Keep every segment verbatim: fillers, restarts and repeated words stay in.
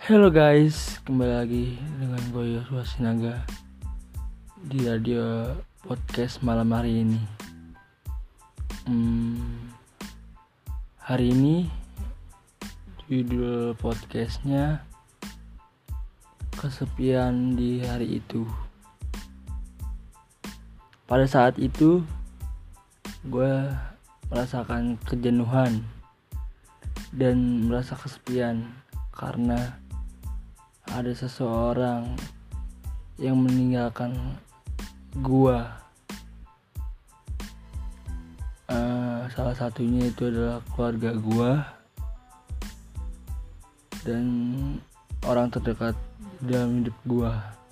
Halo guys, kembali lagi dengan gue Yosua Sinaga di radio podcast malam hari ini. Hmm, hari ini judul podcastnya kesepian di hari itu. Pada saat itu gue merasakan kejenuhan dan merasa kesepian karena ada seseorang yang meninggalkan gua. Uh, salah satunya itu adalah keluarga gua dan orang terdekat dalam hidup gua.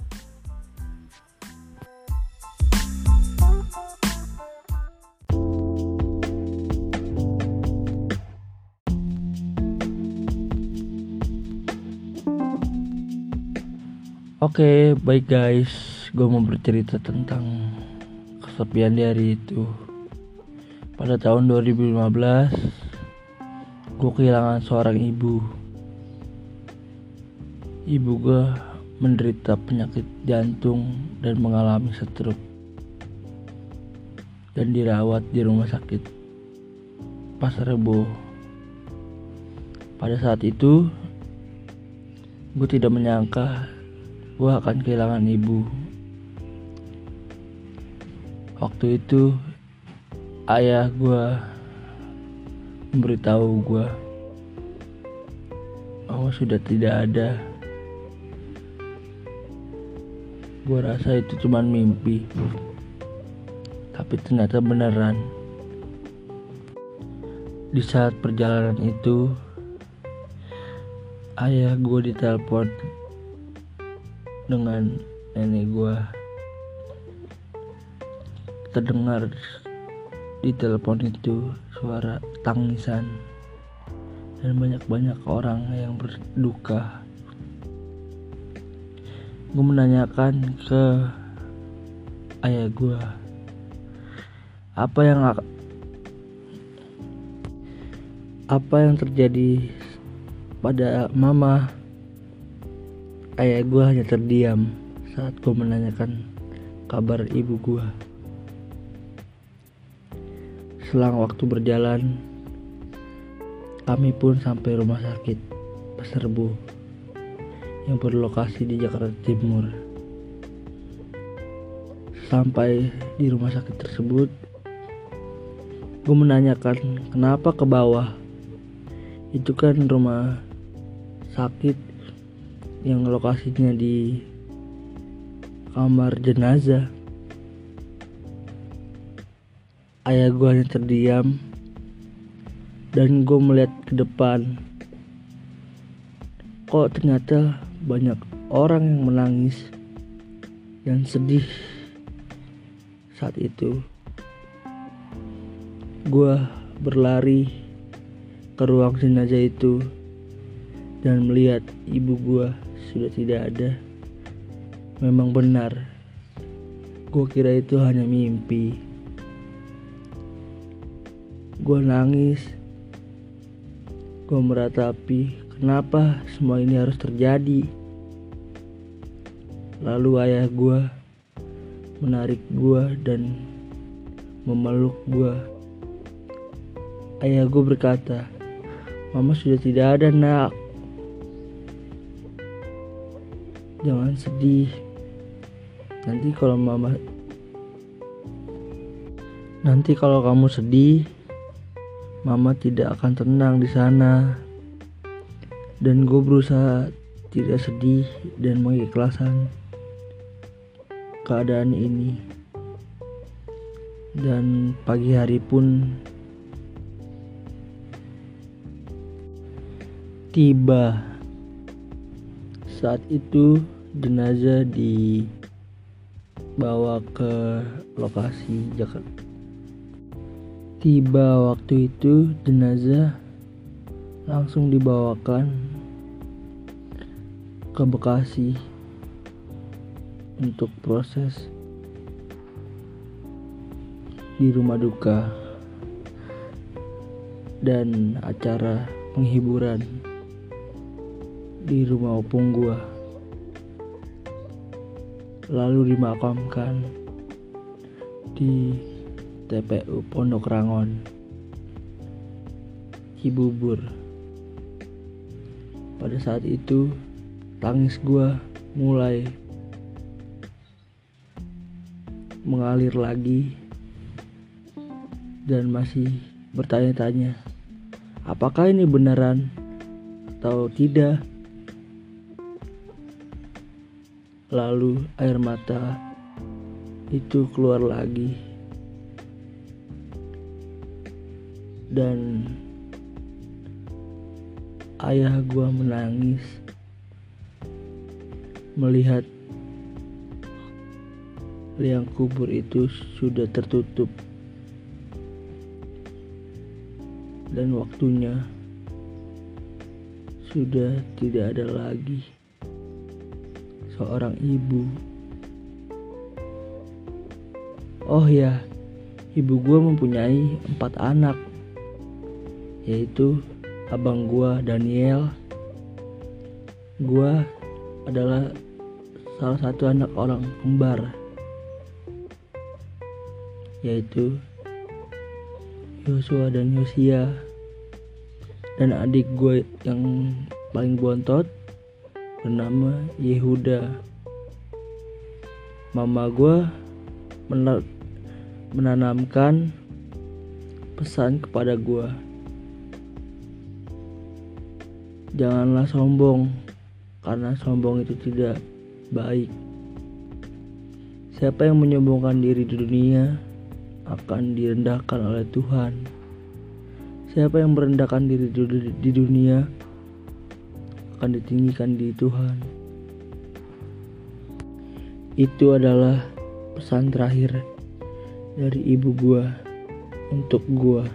Oke, okay, baik guys, gue mau bercerita tentang kesepian di hari itu. Pada tahun dua ribu lima belas, gue kehilangan seorang ibu. Ibu gue menderita penyakit jantung dan mengalami stroke dan dirawat di rumah sakit Pasar Rebo. Pada saat itu, gue tidak menyangka gue akan kehilangan ibu. Waktu itu ayah gue memberitahu gue bahwa sudah tidak ada. Gue rasa itu cuma mimpi, tapi ternyata beneran. Di saat perjalanan itu ayah gue ditelepon dengan nenek gue. Terdengar di telepon itu suara tangisan dan banyak-banyak orang yang berduka. Gue menanyakan ke ayah gue apa yang apa yang terjadi pada mama. Ayah gue hanya terdiam saat gue menanyakan kabar ibu gue. Selang waktu berjalan, kami pun sampai rumah sakit Pasar Rebo yang berlokasi di Jakarta Timur. Sampai di rumah sakit tersebut, gue menanyakan kenapa ke bawah. Itu kan rumah sakit yang lokasinya di kamar jenazah. Ayah gue hanya terdiam dan gue melihat ke depan. Kok ternyata banyak orang yang menangis dan sedih saat itu. Gue berlari ke ruang jenazah itu dan melihat ibu gue sudah tidak ada. Memang benar, gue kira itu hanya mimpi. Gue nangis, gue meratapi kenapa semua ini harus terjadi. Lalu ayah gue menarik gue dan memeluk gue. Ayah gue berkata, "Mama sudah tidak ada, nak. Jangan sedih. Nanti kalau mama Nanti kalau kamu sedih, mama tidak akan tenang di sana." Dan gue berusaha tidak sedih dan mengikhlaskan keadaan ini. Dan pagi hari pun tiba. Saat itu jenazah dibawa ke lokasi Jakarta. Tiba waktu itu jenazah langsung dibawakan ke Bekasi untuk proses di rumah duka dan acara penghiburan di rumah opung gua, lalu dimakamkan di T P U Pondok Rangon, Cibubur. Pada saat itu tangis gua mulai mengalir lagi dan masih bertanya-tanya, apakah ini beneran atau tidak? Lalu air mata itu keluar lagi dan ayah gua menangis melihat liang kubur itu sudah tertutup dan waktunya sudah tidak ada lagi seorang ibu. Oh ya, ibu gua mempunyai empat anak, yaitu abang gua Daniel. Gua adalah salah satu anak orang kembar, yaitu Yosua dan Yosia, dan adik gue yang paling bontot bernama Yehuda. Mama gue men- menanamkan pesan kepada gue, janganlah sombong, karena sombong itu tidak baik. Siapa yang menyombongkan diri di dunia akan direndahkan oleh Tuhan. Siapa yang merendahkan diri di dunia akan ditinggikan di Tuhan. Itu adalah pesan terakhir dari ibu gua untuk gua.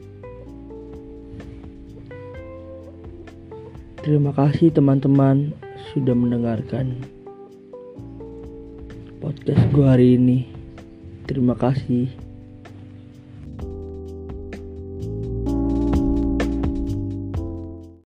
Terima kasih teman-teman sudah mendengarkan podcast gua hari ini. Terima kasih.